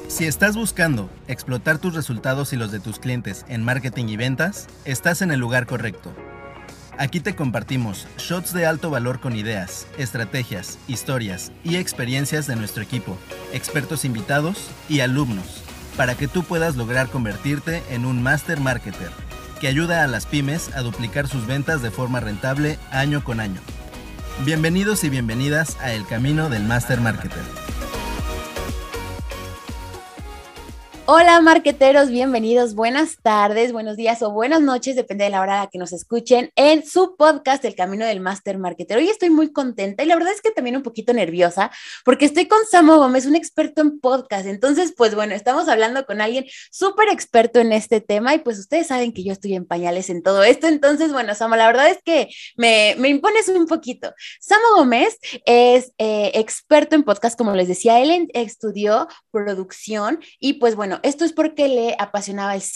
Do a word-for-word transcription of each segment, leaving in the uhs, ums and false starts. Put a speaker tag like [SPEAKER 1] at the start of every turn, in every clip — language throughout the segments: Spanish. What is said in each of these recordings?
[SPEAKER 1] Si estás buscando explotar tus resultados y los de tus clientes en marketing y ventas, estás en el lugar correcto. Aquí te compartimos shots de alto valor con ideas, estrategias, historias y experiencias de nuestro equipo, expertos invitados y alumnos, para que tú puedas lograr convertirte en un Master Marketer, que ayuda a las pymes a duplicar sus ventas de forma rentable año con año. Bienvenidos y bienvenidas a El Camino del Master Marketer.
[SPEAKER 2] Hola marketeros, bienvenidos, buenas tardes, buenos días o buenas noches, depende de la hora a la que nos escuchen en su podcast El Camino del Master Marketer. Hoy estoy muy contenta y la verdad es que también un poquito nerviosa porque estoy con Samo Gómez, un experto en podcast. Entonces, pues bueno, estamos hablando con alguien súper experto en este tema y pues ustedes saben que yo estoy en pañales en todo esto. Entonces, bueno, Samo, la verdad es que me, me impones un poquito. Samo Gómez es eh, experto en podcast, como les decía, él en, estudió producción y pues bueno, esto es porque le apasionaba el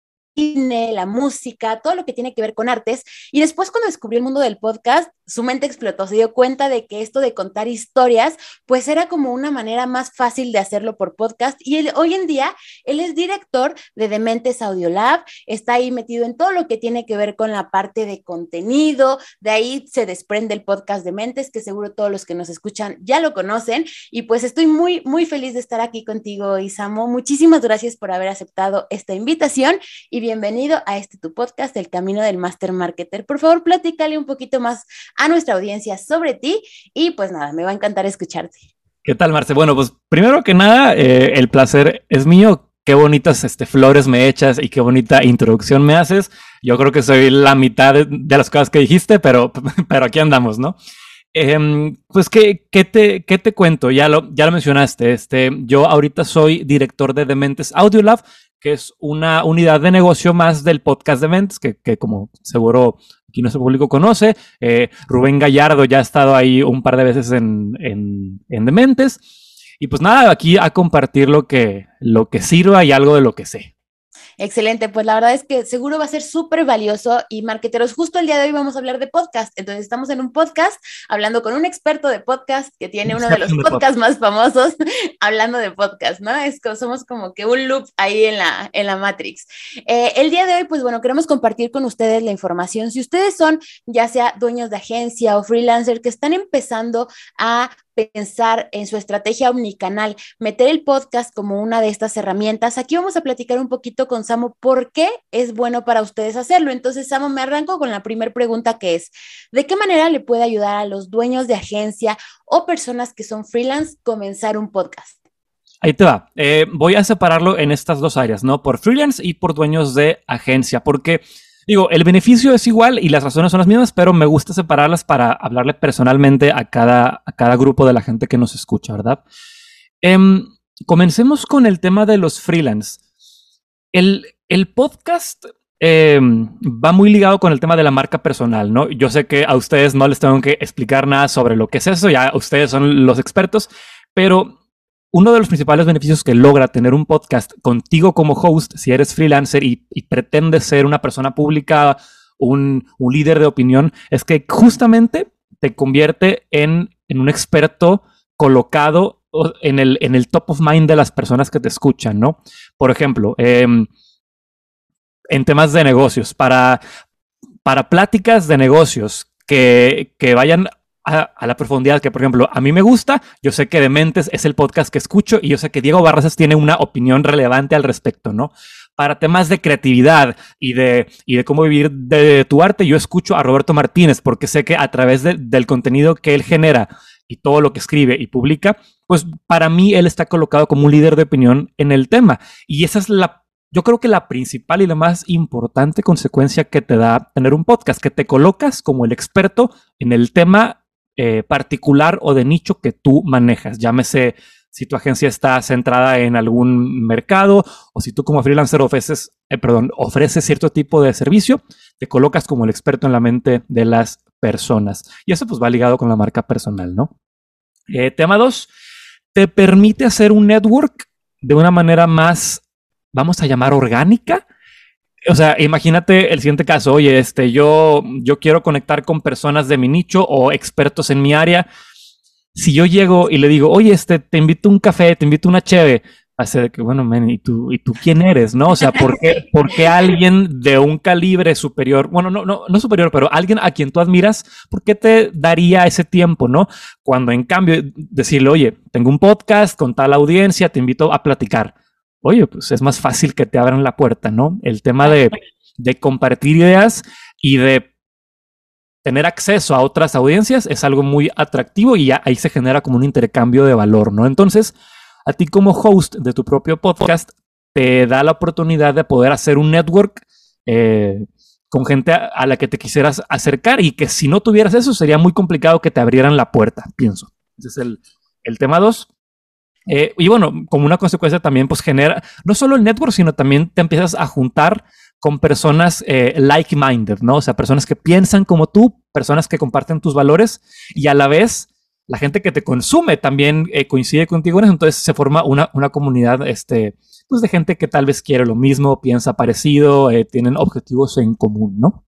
[SPEAKER 2] cine, la música, todo lo que tiene que ver con artes, y después cuando descubrió el mundo del podcast, su mente explotó, se dio cuenta de que esto de contar historias, pues era como una manera más fácil de hacerlo por podcast, y él, hoy en día, él es director de Dementes Audio Lab, está ahí metido en todo lo que tiene que ver con la parte de contenido, de ahí se desprende el podcast Dementes, que seguro todos los que nos escuchan ya lo conocen, y pues estoy muy, muy feliz de estar aquí contigo, Isamo, muchísimas gracias por haber aceptado esta invitación, y bienvenido a este tu podcast, El Camino del Master Marketer. Por favor, platícale un poquito más a nuestra audiencia sobre ti y pues nada, me va a encantar escucharte.
[SPEAKER 3] ¿Qué tal, Marce? Bueno, pues primero que nada, eh, el placer es mío. Qué bonitas este, flores me echas y qué bonita introducción me haces. Yo creo que soy la mitad de, de las cosas que dijiste, pero, pero aquí andamos, ¿no? Eh, pues, ¿qué, qué, te, ¿qué te cuento? Ya lo, ya lo mencionaste. Este, yo ahorita soy director de Dementes Audio Lab, que es una unidad de negocio más del podcast Dementes, que, que como seguro aquí nuestro público conoce. Eh, Rubén Gallardo ya ha estado ahí un par de veces en, en, en Dementes. Y pues nada, aquí a compartir lo que, lo que sirva y algo de lo que sé.
[SPEAKER 2] Excelente, pues la verdad es que seguro va a ser súper valioso y marqueteros, justo el día de hoy vamos a hablar de podcast, entonces estamos en un podcast hablando con un experto de podcast que tiene uno de los podcasts más famosos hablando de podcast, ¿no? Es que somos como que un loop ahí en la, en la Matrix. Eh, el día de hoy, pues bueno, queremos compartir con ustedes la información. Si ustedes son ya sea dueños de agencia o freelancer que están empezando a pensar en su estrategia omnicanal, meter el podcast como una de estas herramientas. Aquí vamos a platicar un poquito con Samo por qué es bueno para ustedes hacerlo. Entonces, Samo, me arranco con la primera pregunta que es, ¿de qué manera le puede ayudar a los dueños de agencia o personas que son freelance comenzar un podcast?
[SPEAKER 3] Ahí te va. Eh, voy a separarlo en estas dos áreas, ¿no? Por freelance y por dueños de agencia, porque digo, el beneficio es igual y las razones son las mismas, pero me gusta separarlas para hablarle personalmente a cada, a cada grupo de la gente que nos escucha, ¿verdad? Eh, comencemos con el tema de los freelance. El, el podcast eh, va muy ligado con el tema de la marca personal, ¿no? Yo sé que a ustedes no les tengo que explicar nada sobre lo que es eso, ya ustedes son los expertos, pero uno de los principales beneficios que logra tener un podcast contigo como host, si eres freelancer y, y pretendes ser una persona pública, un, un líder de opinión, es que justamente te convierte en, en un experto colocado en el, en el top of mind de las personas que te escuchan, ¿no? Por ejemplo, eh, en temas de negocios, para, para pláticas de negocios que, que vayan A, a la profundidad que, por ejemplo, a mí me gusta, yo sé que Dementes es el podcast que escucho y yo sé que Diego Barrazas tiene una opinión relevante al respecto, ¿no? Para temas de creatividad y de, y de cómo vivir de tu arte, yo escucho a Roberto Martínez porque sé que a través de, del contenido que él genera y todo lo que escribe y publica, pues para mí él está colocado como un líder de opinión en el tema. Y esa es la, yo creo que la principal y la más importante consecuencia que te da tener un podcast, que te colocas como el experto en el tema Eh, particular o de nicho que tú manejas. Llámese si tu agencia está centrada en algún mercado o si tú como freelancer ofreces, eh, perdón, ofreces cierto tipo de servicio, te colocas como el experto en la mente de las personas. Y eso pues va ligado con la marca personal, ¿no? Eh, tema dos, te permite hacer un network de una manera más, vamos a llamar orgánica. O sea, imagínate el siguiente caso. Oye, este, yo, yo quiero conectar con personas de mi nicho o expertos en mi área. Si yo llego y le digo, oye, este, te invito a un café, te invito a una cheve, Hace de que, bueno, man, ¿y tú, ¿y tú quién eres, no? O sea, ¿por qué, ¿por qué alguien de un calibre superior, bueno, no, no, no superior, pero alguien a quien tú admiras, ¿por qué te daría ese tiempo, no? Cuando en cambio decirle, oye, tengo un podcast con tal audiencia, te invito a platicar. Oye, pues es más fácil que te abran la puerta, ¿no? El tema de, de compartir ideas y de tener acceso a otras audiencias es algo muy atractivo y ya ahí se genera como un intercambio de valor, ¿no? Entonces, a ti como host de tu propio podcast, te da la oportunidad de poder hacer un network eh, con gente a, a la que te quisieras acercar y que si no tuvieras eso sería muy complicado que te abrieran la puerta, pienso. Ese es el, el tema dos. Eh, y bueno, como una consecuencia también pues genera no solo el network, sino también te empiezas a juntar con personas eh, like-minded, ¿no? O sea, personas que piensan como tú, personas que comparten tus valores y a la vez la gente que te consume también eh, coincide contigo en eso, entonces se forma una, una comunidad este, pues de gente que tal vez quiere lo mismo, piensa parecido, eh, tienen objetivos en común, ¿no?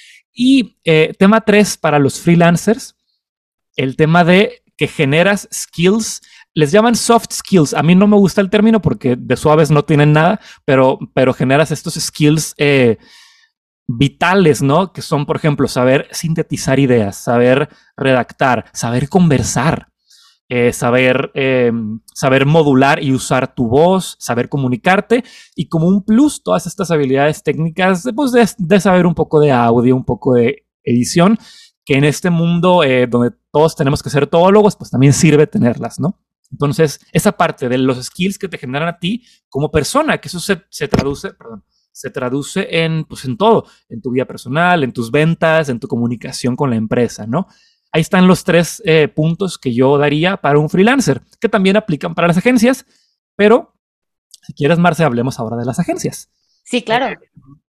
[SPEAKER 3] Y eh, tema tres para los freelancers, el tema de que generas skills, les llaman soft skills, a mí no me gusta el término porque de suaves no tienen nada, pero, pero generas estos skills eh, vitales, ¿no? Que son, por ejemplo, saber sintetizar ideas, saber redactar, saber conversar, eh, saber, eh, saber modular y usar tu voz, saber comunicarte y como un plus, todas estas habilidades técnicas pues, de, de saber un poco de audio, un poco de edición, que en este mundo eh, donde todos tenemos que ser todólogos, pues también sirve tenerlas, ¿no? Entonces, esa parte de los skills que te generan a ti como persona, que eso se, se traduce, perdón, se traduce en, pues, en todo, en tu vida personal, en tus ventas, en tu comunicación con la empresa, ¿no? Ahí están los tres eh, puntos que yo daría para un freelancer, que también aplican para las agencias, pero si quieres, Marce, hablemos ahora de las agencias.
[SPEAKER 2] Sí, claro.
[SPEAKER 3] Eh,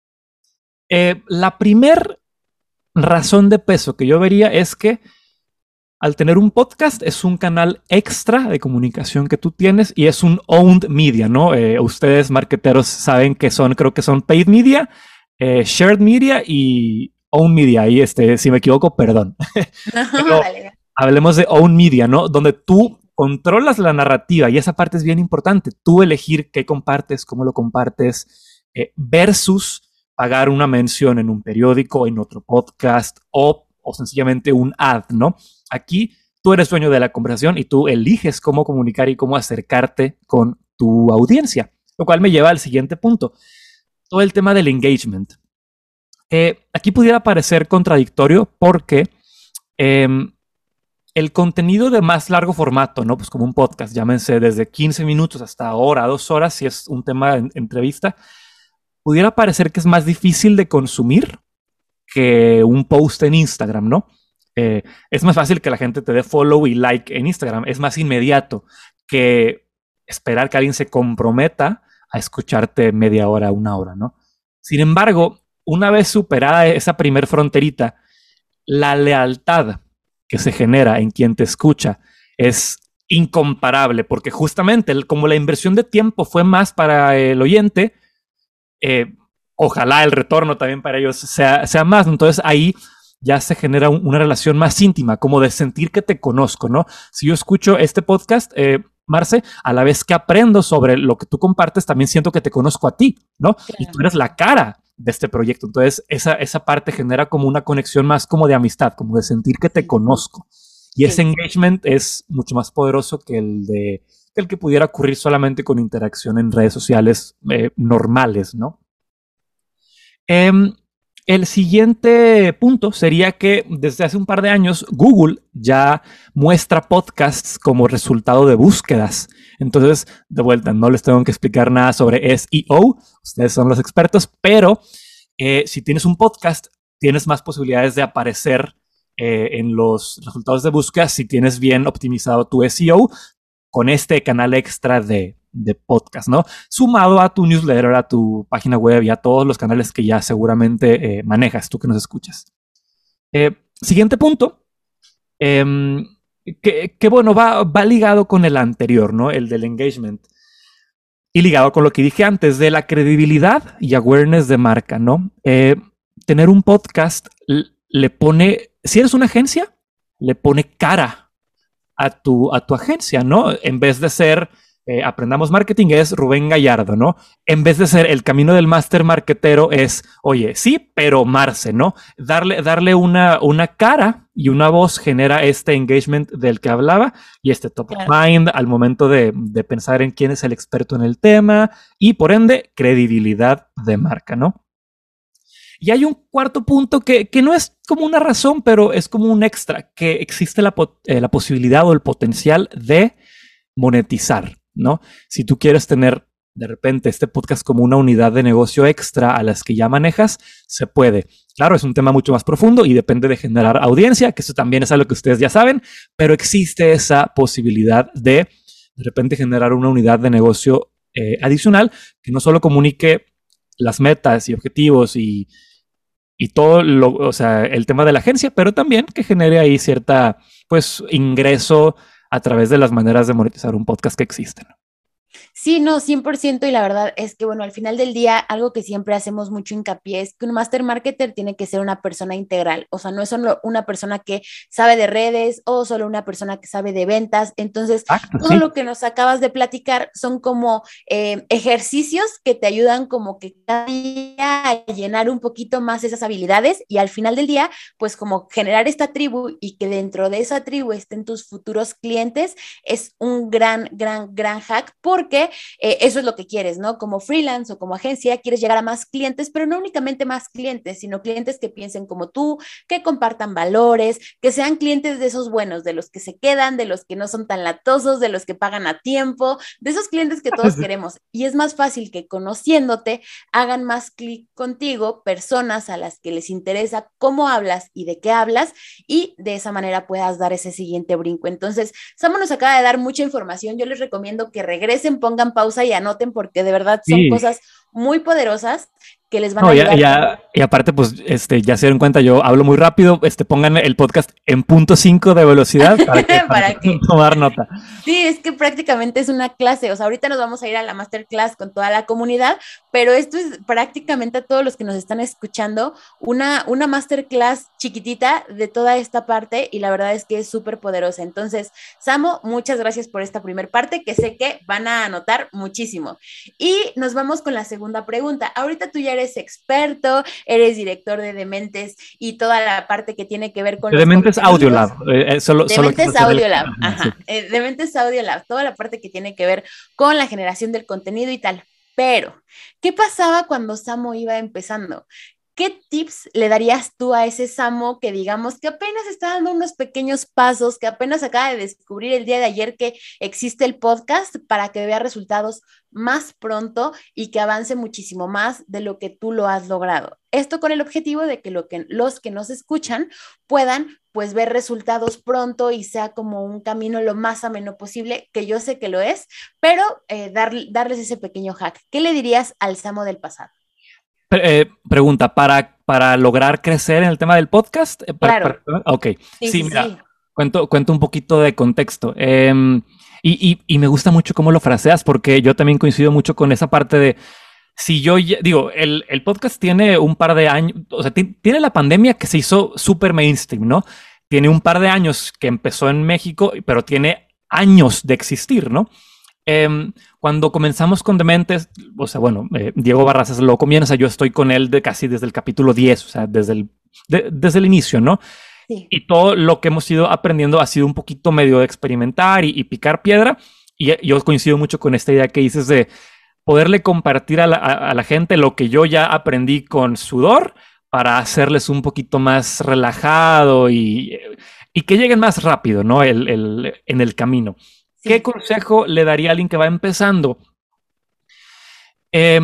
[SPEAKER 3] eh, la primer razón de peso que yo vería es que al tener un podcast es un canal extra de comunicación que tú tienes y es un owned media, ¿no? Eh, ustedes marketeros saben que son, creo que son paid media, eh, shared media y owned media. Y este, si me equivoco, perdón. Pero vale. Hablemos de owned media, ¿no? Donde tú controlas la narrativa y esa parte es bien importante. Tú elegir qué compartes, cómo lo compartes, eh, versus pagar una mención en un periódico, en otro podcast o, o sencillamente un ad, ¿no? Aquí tú eres dueño de la conversación y tú eliges cómo comunicar y cómo acercarte con tu audiencia, lo cual me lleva al siguiente punto, todo el tema del engagement. Eh, aquí pudiera parecer contradictorio porque eh, el contenido de más largo formato, ¿no? Pues como un podcast, llámense desde quince minutos hasta hora, dos horas, si es un tema de entrevista, pudiera parecer que es más difícil de consumir que un post en Instagram, ¿no? Eh, es más fácil que la gente te dé follow y like en Instagram. Es más inmediato que esperar que alguien se comprometa a escucharte media hora, una hora, ¿no? Sin embargo, una vez superada esa primer fronterita, la lealtad que se genera en quien te escucha es incomparable, porque justamente el, como la inversión de tiempo fue más para el oyente, eh, ojalá el retorno también para ellos sea, sea más. Entonces ahí ya se genera un, una relación más íntima, como de sentir que te conozco, ¿no? Si yo escucho este podcast, eh, Marce, a la vez que aprendo sobre lo que tú compartes, también siento que te conozco a ti, ¿no? Claro. Y tú eres la cara de este proyecto. Entonces esa, esa parte genera como una conexión más como de amistad, como de sentir que te conozco. Y sí. Ese engagement es mucho más poderoso que el de el que pudiera ocurrir solamente con interacción en redes sociales eh, normales, ¿no? Eh, el siguiente punto sería que desde hace un par de años Google ya muestra podcasts como resultado de búsquedas. Entonces, de vuelta, no les tengo que explicar nada sobre S E O, ustedes son los expertos, pero eh, si tienes un podcast, tienes más posibilidades de aparecer eh, en los resultados de búsqueda si tienes bien optimizado tu S E O con este canal extra de, de podcast, ¿no? Sumado a tu newsletter, a tu página web y a todos los canales que ya seguramente eh, manejas, tú que nos escuchas. Eh, siguiente punto, eh, que, que bueno, va, va ligado con el anterior, ¿no? El del engagement. Y ligado con lo que dije antes, de la credibilidad y awareness de marca, ¿no? Eh, tener un podcast le pone, si eres una agencia, le pone cara a tu, a tu agencia, ¿no? En vez de ser eh, Aprendamos Marketing es Rubén Gallardo, ¿no? En vez de ser el camino del máster marketero es, oye, sí, pero Marce, ¿no? Darle, darle una, una cara y una voz genera este engagement del que hablaba y este top
[SPEAKER 2] Claro.
[SPEAKER 3] of mind al momento de, de pensar en quién es el experto en el tema y, por ende, credibilidad de marca, ¿no? Y hay un cuarto punto que, que no es como una razón, pero es como un extra, que existe la, eh, la posibilidad o el potencial de monetizar, ¿no? Si tú quieres tener de repente este podcast como una unidad de negocio extra a las que ya manejas, se puede. Claro, es un tema mucho más profundo y depende de generar audiencia, que eso también es algo que ustedes ya saben, pero existe esa posibilidad de de repente generar una unidad de negocio eh, adicional que no solo comunique las metas y objetivos y y todo lo, o sea, el tema de la agencia, pero también que genere ahí cierta, pues, ingreso a través de las maneras de monetizar un podcast que existen.
[SPEAKER 2] Sí, no, cien por ciento, y la verdad es que, bueno, al final del día, algo que siempre hacemos mucho hincapié es que un master marketer tiene que ser una persona integral, o sea, no es solo una persona que sabe de redes o solo una persona que sabe de ventas. Entonces,
[SPEAKER 3] Exacto,
[SPEAKER 2] todo
[SPEAKER 3] sí.
[SPEAKER 2] lo que nos acabas de platicar son como eh, ejercicios que te ayudan como que cada día a llenar un poquito más esas habilidades y al final del día, pues como generar esta tribu y que dentro de esa tribu estén tus futuros clientes es un gran, gran, gran hack porque eh, eso es lo que quieres, ¿no? Como freelance o como agencia, quieres llegar a más clientes, pero no únicamente más clientes, sino clientes que piensen como tú, que compartan valores, que sean clientes de esos buenos, de los que se quedan, de los que no son tan latosos, de los que pagan a tiempo, de esos clientes que todos queremos. Y es más fácil que conociéndote hagan más clic contigo, personas a las que les interesa cómo hablas y de qué hablas, y de esa manera puedas dar ese siguiente brinco. Entonces, Samo nos acaba de dar mucha información. Yo les recomiendo que regresen, pongan pausa y anoten porque de verdad son
[SPEAKER 3] Sí.
[SPEAKER 2] cosas muy poderosas que les van
[SPEAKER 3] No,
[SPEAKER 2] a
[SPEAKER 3] ya,
[SPEAKER 2] ayudar.
[SPEAKER 3] ya, y aparte, pues, este, ya se dieron cuenta, yo hablo muy rápido, este, pongan el podcast en punto cinco de velocidad para que, para
[SPEAKER 2] ¿Para
[SPEAKER 3] que
[SPEAKER 2] qué?
[SPEAKER 3] tomar nota.
[SPEAKER 2] Sí, es que prácticamente es una clase, o sea, ahorita nos vamos a ir a la masterclass con toda la comunidad, pero esto es prácticamente a todos los que nos están escuchando, una, una masterclass chiquitita de toda esta parte y la verdad es que es súper poderosa. Entonces, Samo, muchas gracias por esta primer parte que sé que van a anotar muchísimo. Y nos vamos con la segunda pregunta. Ahorita tú ya eres experto, eres director de Dementes y toda la parte que tiene que ver con
[SPEAKER 3] De
[SPEAKER 2] los
[SPEAKER 3] Dementes
[SPEAKER 2] contenidos.
[SPEAKER 3] Audiolab. Eh, solo, solo
[SPEAKER 2] Dementes
[SPEAKER 3] quiero hacer el-
[SPEAKER 2] Audiolab,
[SPEAKER 3] Ajá,
[SPEAKER 2] ajá, eh, Dementes Audiolab, toda la parte que tiene que ver con la generación del contenido y tal. Pero, ¿qué pasaba cuando Samo iba empezando? ¿Qué tips le darías tú a ese Samo que digamos que apenas está dando unos pequeños pasos, que apenas acaba de descubrir el día de ayer que existe el podcast para que vea resultados más pronto y que avance muchísimo más de lo que tú lo has logrado? Esto con el objetivo de que, lo que los que nos escuchan puedan pues ver resultados pronto y sea como un camino lo más ameno posible, que yo sé que lo es, pero eh, dar, darles ese pequeño hack. ¿Qué le dirías al Samo del pasado?
[SPEAKER 3] Pre- eh, pregunta, ¿para, para lograr crecer en el tema del podcast? Eh, para-
[SPEAKER 2] Claro.
[SPEAKER 3] para- ok,
[SPEAKER 2] Sí,
[SPEAKER 3] sí,
[SPEAKER 2] sí,
[SPEAKER 3] mira,
[SPEAKER 2] sí.
[SPEAKER 3] Cuento, cuento un poquito de contexto. Eh, y, y- y me gusta mucho cómo lo fraseas, porque yo también coincido mucho con esa parte de, si yo, ya- digo, el, el podcast tiene un par de años, o sea, ti- tiene la pandemia que se hizo súper mainstream, ¿no? Tiene un par de años que empezó en México, pero tiene años de existir, ¿no? Em, cuando comenzamos con Dementes, o sea, bueno, eh, Diego Barrazas lo comienza, yo estoy con él de casi desde el capítulo diez, o sea, desde el, de- desde el inicio, ¿no?
[SPEAKER 2] Sí.
[SPEAKER 3] Y todo lo que hemos ido aprendiendo ha sido un poquito medio de experimentar y, y picar piedra. Y yo coincido mucho con esta idea que dices de poderle compartir a la, a, a la gente lo que yo ya aprendí con sudor para hacerles un poquito más relajado y, y que lleguen más rápido, ¿no? El, el, en el camino.
[SPEAKER 2] Sí.
[SPEAKER 3] ¿Qué consejo le daría a alguien que va empezando? Eh,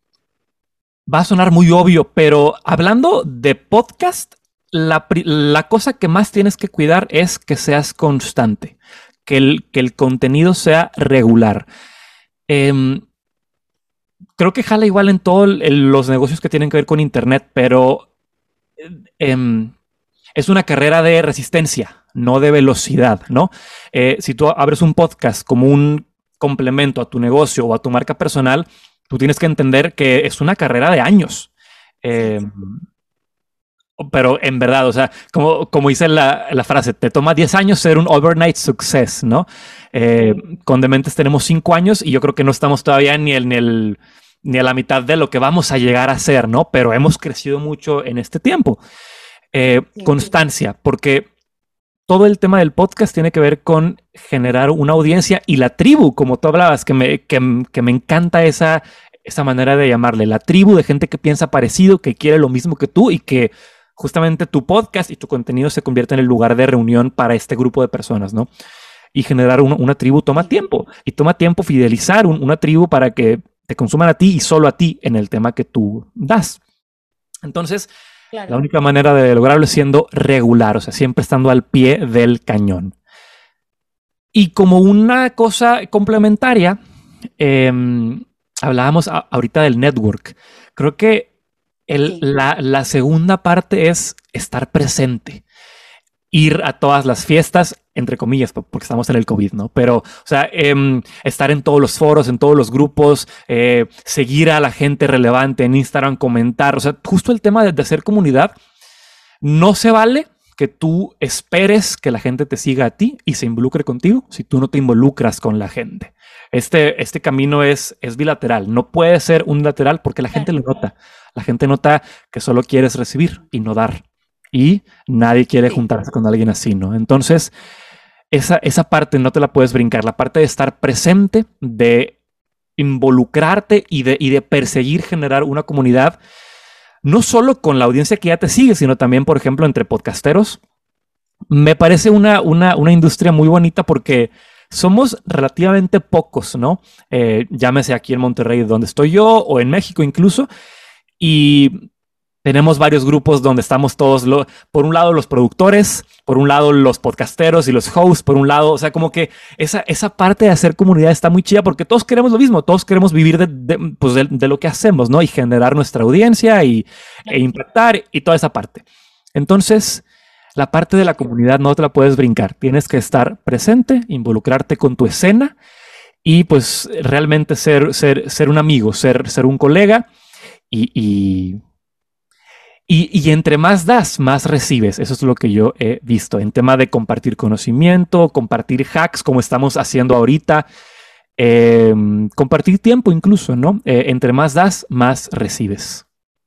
[SPEAKER 3] va a sonar muy obvio, pero hablando de podcast, la, la cosa que más tienes que cuidar es que seas constante, que el, que el contenido sea regular. Eh, creo que jala igual en todos los negocios que tienen que ver con Internet, pero eh, es una carrera de resistencia, no de velocidad, ¿no? Eh, si tú abres un podcast como un complemento a tu negocio o a tu marca personal, tú tienes que entender que es una carrera de años. Eh, pero en verdad, o sea, como, como dice la, la frase, te toma diez años ser un overnight success, ¿no? Eh, con Dementes tenemos cinco años y yo creo que no estamos todavía ni, el, ni, el, ni a la mitad de lo que vamos a llegar a ser, ¿no? Pero hemos crecido mucho en este tiempo. Eh, sí, constancia, sí. Porque todo el tema del podcast tiene que ver con generar una audiencia y la tribu, como tú hablabas, que me, que, que me encanta esa, esa manera de llamarle, la tribu de gente que piensa parecido, que quiere lo mismo que tú y que justamente tu podcast y tu contenido se convierte en el lugar de reunión para este grupo de personas, ¿no? Y generar una, una tribu toma tiempo. Y toma tiempo fidelizar un, una tribu para que te consuman a ti y solo a ti en el tema que tú das. Entonces, claro, la única manera de lograrlo es siendo regular, o sea, siempre estando al pie del cañón. Y como una cosa complementaria, eh, hablábamos a, ahorita del network. Creo que El, sí. la, la segunda parte es estar presente, ir a todas las fiestas, entre comillas, porque estamos en el COVID, ¿no? Pero, o sea, eh, estar en todos los foros, en todos los grupos, eh, seguir a la gente relevante en Instagram, comentar, o sea, justo el tema de, de hacer comunidad. No se vale que tú esperes que la gente te siga a ti y se involucre contigo si tú no te involucras con la gente. Este, este camino es, es bilateral, no puede ser unilateral porque la gente lo nota. La gente nota que solo quieres recibir y no dar. Y nadie quiere juntarse con alguien así, ¿no? Entonces, esa, esa parte no te la puedes brincar. La parte de estar presente, de involucrarte y de, y de perseguir generar una comunidad, no solo con la audiencia que ya te sigue, sino también, por ejemplo, entre podcasteros. Me parece una, una, una industria muy bonita porque somos relativamente pocos, ¿no? Eh, llámese aquí en Monterrey, donde estoy yo, o en México incluso. Y tenemos varios grupos donde estamos todos, lo, por un lado los productores, por un lado los podcasteros y los hosts, por un lado, o sea, como que esa, esa parte de hacer comunidad está muy chida porque todos queremos lo mismo, todos queremos vivir de, de, pues de, de lo que hacemos, ¿no? Y generar nuestra audiencia y, e impactar y toda esa parte. Entonces, la parte de la comunidad no te la puedes brincar, tienes que estar presente, involucrarte con tu escena y pues realmente ser, ser, ser un amigo, ser, ser un colega. Y, y, y, y entre más das, más recibes. Eso es lo que yo he visto en tema de compartir conocimiento, compartir hacks como estamos haciendo ahorita, eh, compartir tiempo incluso, ¿no? Eh, entre más das, más recibes.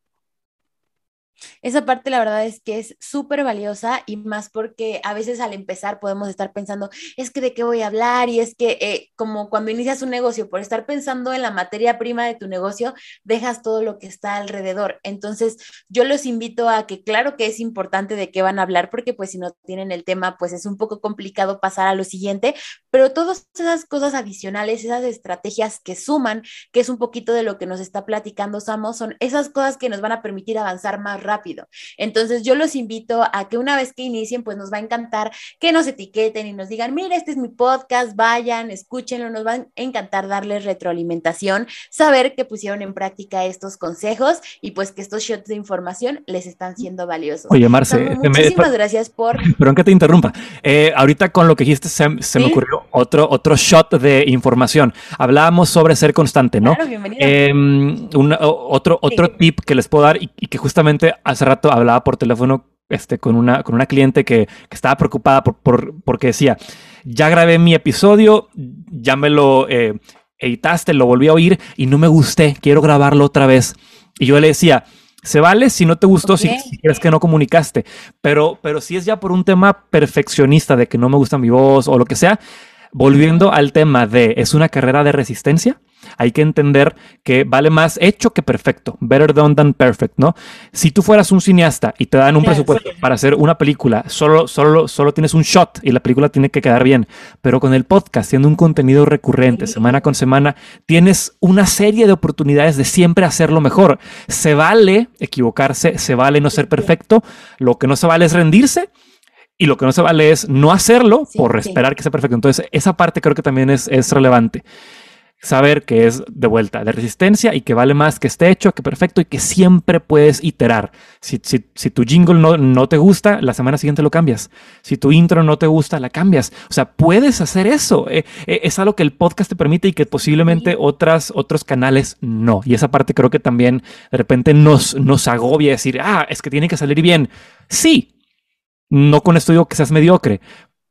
[SPEAKER 2] Esa parte la verdad es que es súper valiosa y más porque a veces al empezar podemos estar pensando, es que de qué voy a hablar y es que eh, como cuando inicias un negocio, por estar pensando en la materia prima de tu negocio, dejas todo lo que está alrededor. Entonces yo los invito a que claro que es importante de qué van a hablar porque pues si no tienen el tema pues es un poco complicado pasar a lo siguiente, pero todas esas cosas adicionales, esas estrategias que suman, que es un poquito de lo que nos está platicando Samo, son esas cosas que nos van a permitir avanzar más rápido. Entonces yo los invito a que una vez que inicien, pues nos va a encantar que nos etiqueten y nos digan, mira, este es mi podcast, vayan, escúchenlo, nos va a encantar darles retroalimentación, saber que pusieron en práctica estos consejos y pues que estos shots de información les están siendo valiosos.
[SPEAKER 3] Oye, Marce,
[SPEAKER 2] Samu, muchísimas me, gracias por...
[SPEAKER 3] Perdón que te interrumpa. Eh, ahorita con lo que dijiste se, se ¿Sí? me ocurrió otro, otro shot de información. Hablábamos sobre ser constante, ¿no?
[SPEAKER 2] Claro, bienvenido.
[SPEAKER 3] Eh, una, otro otro sí. tip que les puedo dar y, y que justamente hace rato hablaba por teléfono este, con, una, con una cliente que, que estaba preocupada por, por, porque decía, ya grabé mi episodio, ya me lo eh, editaste, lo volví a oír y no me gusté, quiero grabarlo otra vez. Y yo le decía, se vale si no te gustó, okay. si, si crees que no comunicaste, pero, pero si es ya por un tema perfeccionista de que no me gusta mi voz o lo que sea, volviendo al tema de es una carrera de resistencia, hay que entender que vale más hecho que perfecto. Better done than perfect, ¿no? Si tú fueras un cineasta y te dan un claro, presupuesto sí. para hacer una película, solo, solo, solo tienes un shot y la película tiene que quedar bien. Pero con el podcast, siendo un contenido recurrente, sí. semana con semana, tienes una serie de oportunidades de siempre hacerlo mejor. Se vale equivocarse, se vale no ser perfecto. Lo que no se vale es rendirse. Y lo que no se vale es no hacerlo sí, por sí. esperar que sea perfecto. Entonces, esa parte creo que también es, es relevante. saber que es de vuelta de resistencia y que vale más que esté hecho, que perfecto y que siempre puedes iterar. Si, si, si tu jingle no, no te gusta, la semana siguiente lo cambias. Si tu intro no te gusta, la cambias. O sea, puedes hacer eso. Eh, eh, es algo que el podcast te permite y que posiblemente otras, otros canales no. Y esa parte creo que también de repente nos, nos agobia decir, ah, es que tiene que salir bien. Sí, no con esto digo que seas mediocre,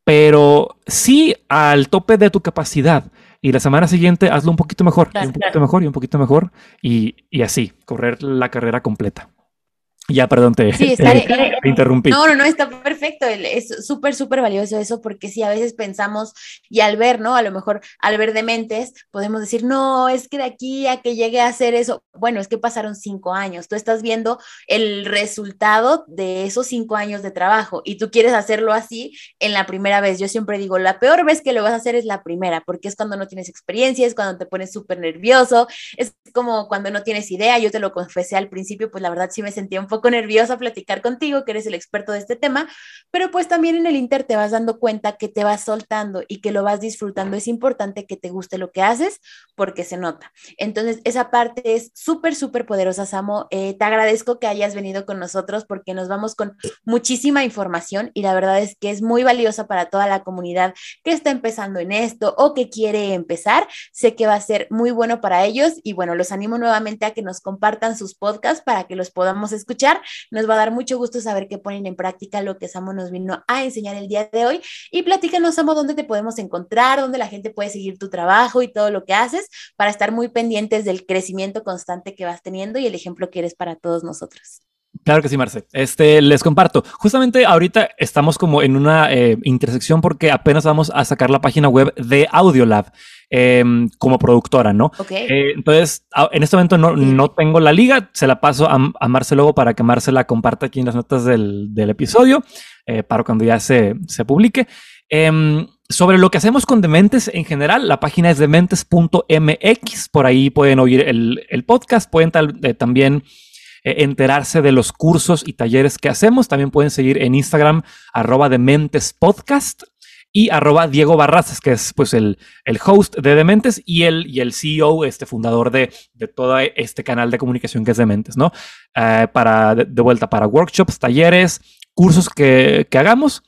[SPEAKER 3] pero sí al tope de tu capacidad. Y la semana siguiente hazlo un poquito mejor, claro, y un poquito claro. mejor, y un poquito mejor, y, y así, correr la carrera completa. Ya, perdón, te,
[SPEAKER 2] sí, está,
[SPEAKER 3] eh, te interrumpí.
[SPEAKER 2] No, no, no, está perfecto. Es súper, súper valioso eso, porque sí, a veces pensamos, y al ver, ¿no? A lo mejor al ver Dementes, podemos decir, no, es que de aquí a que llegue a hacer eso, bueno, es que pasaron cinco años. Tú estás viendo el resultado de esos cinco años de trabajo y tú quieres hacerlo así en la primera vez. Yo siempre digo, la peor vez que lo vas a hacer es la primera, porque es cuando no tienes experiencia, es cuando te pones súper nervioso, es como cuando no tienes idea. Yo te lo confesé al principio, pues la verdad sí me sentía un poco poco nerviosa platicar contigo, que eres el experto de este tema, pero pues también en el Inter te vas dando cuenta que te vas soltando y que lo vas disfrutando. Es importante que te guste lo que haces porque se nota. Entonces, esa parte es súper, súper poderosa, Samo. Eh, te agradezco que hayas venido con nosotros porque nos vamos con muchísima información y la verdad es que es muy valiosa para toda la comunidad que está empezando en esto o que quiere empezar. Sé que va a ser muy bueno para ellos y bueno, los animo nuevamente a que nos compartan sus podcasts para que los podamos escuchar. Nos va a dar mucho gusto saber que ponen en práctica lo que Samo nos vino a enseñar el día de hoy. Y platícanos, Samo, dónde te podemos encontrar, dónde la gente puede seguir tu trabajo y todo lo que haces para estar muy pendientes del crecimiento constante que vas teniendo y el ejemplo que eres para todos nosotros.
[SPEAKER 3] Claro que sí, Marce. Este, les comparto. Justamente ahorita estamos como en una eh, intersección porque apenas vamos a sacar la página web de Audiolab eh, como productora, ¿no?
[SPEAKER 2] Okay.
[SPEAKER 3] Eh, entonces, en este momento no, no tengo la liga. Se la paso a, a Marce luego para que Marce la comparta aquí en las notas del, del episodio eh, para cuando ya se, se publique. Eh, sobre lo que hacemos con Dementes en general, la página es dementes punto m x. Por ahí pueden oír el, el podcast. Pueden tal, eh, también... enterarse de los cursos y talleres que hacemos. También pueden seguir en Instagram arroba Dementes Podcast y arroba Diego Barrazas, que es pues el, el host de Dementes y el, y el C E O, este fundador de, de todo este canal de comunicación que es Dementes, ¿no? Uh, para, de, de vuelta, para workshops, talleres, cursos que, que hagamos.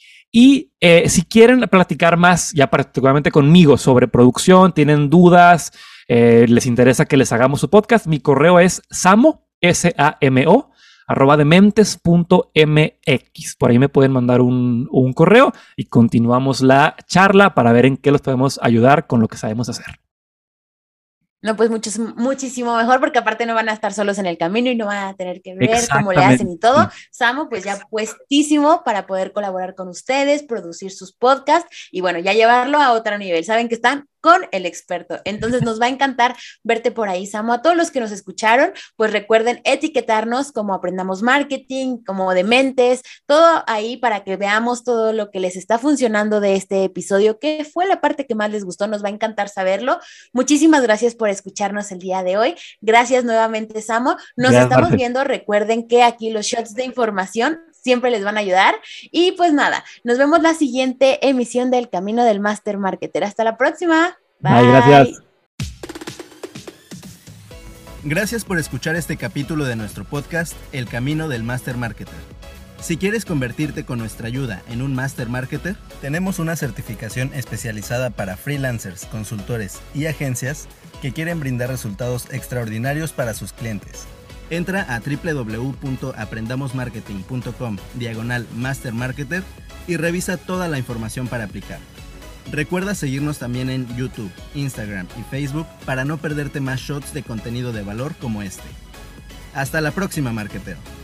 [SPEAKER 3] Y eh, si quieren platicar más, ya particularmente conmigo, sobre producción, tienen dudas, eh, les interesa que les hagamos su podcast, mi correo es samo, S A M O, arroba dementes punto m x. Por ahí me pueden mandar un, un correo y continuamos la charla para ver en qué los podemos ayudar con lo que sabemos hacer.
[SPEAKER 2] No, pues mucho, muchísimo mejor, porque aparte no van a estar solos en el camino y no van a tener que ver cómo le hacen y todo. Samo, pues ya puestísimo para poder colaborar con ustedes, producir sus podcasts y bueno, ya llevarlo a otro nivel. Saben que están con el experto. Entonces nos va a encantar verte por ahí, Samo. A todos los que nos escucharon, pues recuerden etiquetarnos como Aprendamos Marketing, como Dementes, todo ahí para que veamos todo lo que les está funcionando de este episodio, que fue la parte que más les gustó. Nos va a encantar saberlo. Muchísimas gracias por escucharnos el día de hoy. Gracias nuevamente, Samo. Nos gracias, estamos Marce. viendo. Recuerden que aquí los shots de información siempre les van a ayudar. Y pues nada, nos vemos la siguiente emisión del Camino del Master Marketer. Hasta la próxima. Bye.
[SPEAKER 3] Bye, gracias.
[SPEAKER 1] Gracias por escuchar este capítulo de nuestro podcast, El Camino del Master Marketer. Si quieres convertirte con nuestra ayuda en un Master Marketer, tenemos una certificación especializada para freelancers, consultores y agencias que quieren brindar resultados extraordinarios para sus clientes. Entra a w w w punto aprendamos marketing punto com diagonal Master Marketer y revisa toda la información para aplicar. Recuerda seguirnos también en YouTube, Instagram y Facebook para no perderte más shots de contenido de valor como este. Hasta la próxima, marketero.